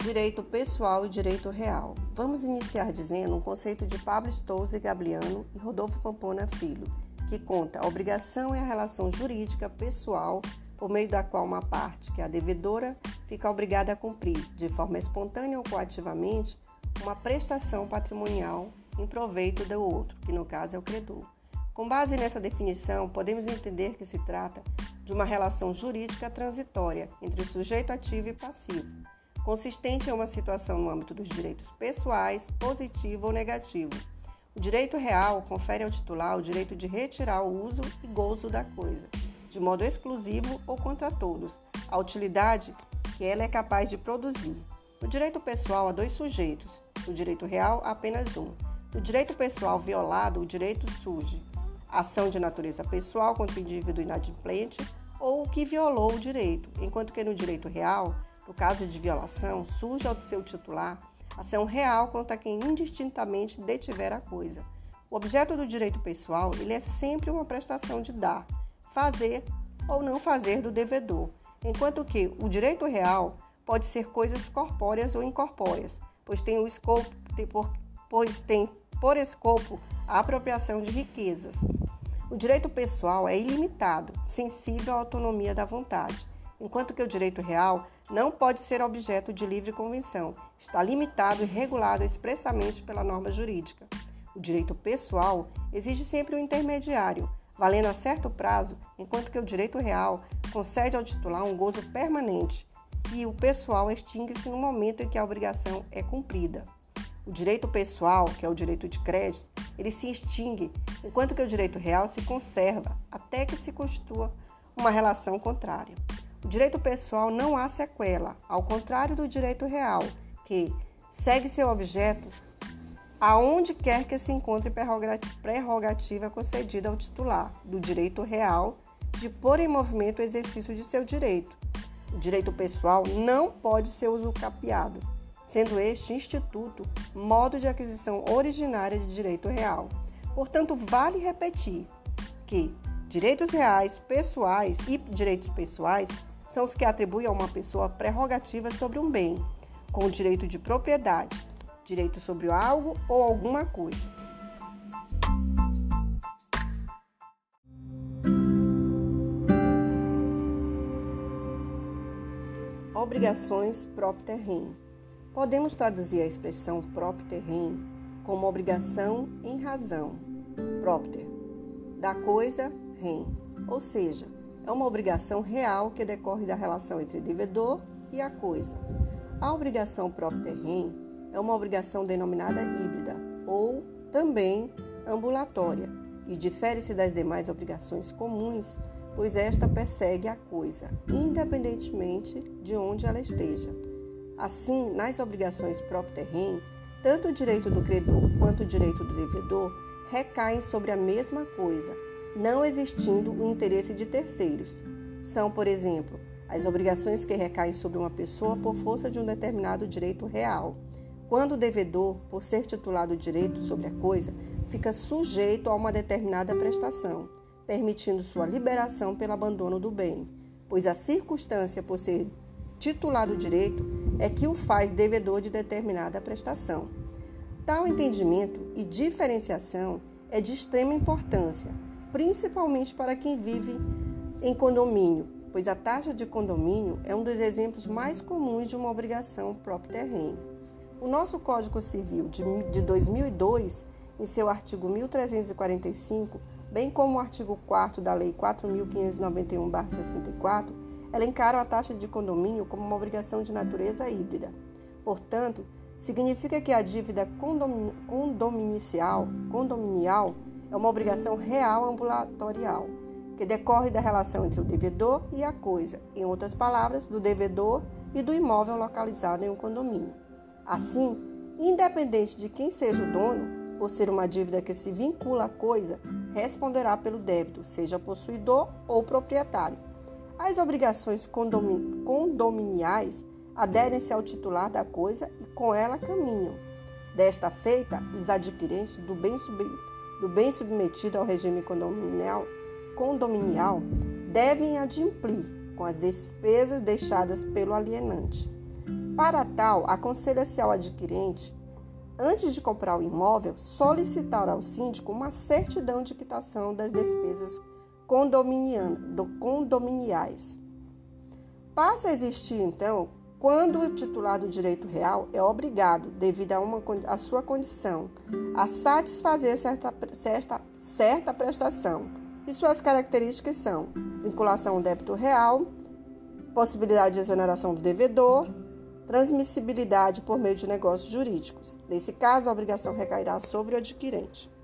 Direito pessoal e direito real. Vamos iniciar dizendo um conceito de Pablo Stolze Gabriano e Rodolfo Pamplona Filho, que conta: a obrigação é a relação jurídica pessoal por meio da qual uma parte, que é a devedora, fica obrigada a cumprir, de forma espontânea ou coativamente, uma prestação patrimonial em proveito do outro, que no caso é o credor. Com base nessa definição, podemos entender que se trata de uma relação jurídica transitória entre o sujeito ativo e passivo, consistente em uma situação no âmbito dos direitos pessoais, positivo ou negativo. O direito real confere ao titular o direito de retirar o uso e gozo da coisa, de modo exclusivo ou contra todos, a utilidade que ela é capaz de produzir. No direito pessoal há dois sujeitos, no direito real há apenas um. No direito pessoal violado, o direito surge ação de natureza pessoal contra o indivíduo inadimplente ou o que violou o direito, enquanto que no direito real, no caso de violação, surge ao seu titular ação real contra quem indistintamente detiver a coisa. O objeto do direito pessoal, ele é sempre uma prestação de dar, fazer ou não fazer do devedor, enquanto que o direito real pode ser coisas corpóreas ou incorpóreas, pois tem por escopo a apropriação de riquezas. O direito pessoal é ilimitado, sensível à autonomia da vontade, enquanto que o direito real não pode ser objeto de livre convenção, está limitado e regulado expressamente pela norma jurídica. O direito pessoal exige sempre um intermediário, valendo a certo prazo, enquanto que o direito real concede ao titular um gozo permanente e o pessoal extingue-se no momento em que a obrigação é cumprida. O direito pessoal, que é o direito de crédito, ele se extingue, enquanto que o direito real se conserva até que se constitua uma relação contrária. O direito pessoal não há sequela, ao contrário do direito real, que segue seu objeto aonde quer que se encontre prerrogativa concedida ao titular do direito real de pôr em movimento o exercício de seu direito. O direito pessoal não pode ser usucapiado, sendo este instituto modo de aquisição originária de direito real. Portanto, vale repetir que direitos reais, pessoais e direitos pessoais são os que atribuem a uma pessoa prerrogativa sobre um bem, com o direito de propriedade, direito sobre algo ou alguma coisa. Obrigações propter rem. Podemos traduzir a expressão propter rem como obrigação em razão, propter, da coisa rem, ou seja, é uma obrigação real que decorre da relação entre devedor e a coisa. A obrigação propter rem é uma obrigação denominada híbrida ou também ambulatória e difere-se das demais obrigações comuns, pois esta persegue a coisa, independentemente de onde ela esteja. Assim, nas obrigações propter rem, tanto o direito do credor quanto o direito do devedor recaem sobre a mesma coisa, não existindo o interesse de terceiros. São, por exemplo, as obrigações que recaem sobre uma pessoa por força de um determinado direito real, quando o devedor, por ser titular do direito sobre a coisa, fica sujeito a uma determinada prestação, permitindo sua liberação pelo abandono do bem, pois a circunstância por ser titular do direito é que o faz devedor de determinada prestação. Tal entendimento e diferenciação é de extrema importância, principalmente para quem vive em condomínio, pois a taxa de condomínio é um dos exemplos mais comuns de uma obrigação propter rem. O nosso Código Civil de 2002, em seu artigo 1345, bem como o artigo 4º da Lei 4.591/64, elencaram a taxa de condomínio como uma obrigação de natureza híbrida. Portanto, significa que a dívida condominial é uma obrigação real ambulatorial, que decorre da relação entre o devedor e a coisa, em outras palavras, do devedor e do imóvel localizado em um condomínio. Assim, independente de quem seja o dono, por ser uma dívida que se vincula à coisa, responderá pelo débito, seja possuidor ou proprietário. As obrigações condominiais aderem-se ao titular da coisa e com ela caminham. Desta feita, os adquirentes do bem submetido ao regime condominial devem adimplir com as despesas deixadas pelo alienante. Para tal, aconselha-se ao adquirente, antes de comprar o imóvel, solicitar ao síndico uma certidão de quitação das despesas condominiais. Passa a existir, então, quando o titular do direito real é obrigado, devido a sua condição, a satisfazer certa prestação. E suas características são vinculação ao débito real, possibilidade de exoneração do devedor, transmissibilidade por meio de negócios jurídicos. Nesse caso, a obrigação recairá sobre o adquirente.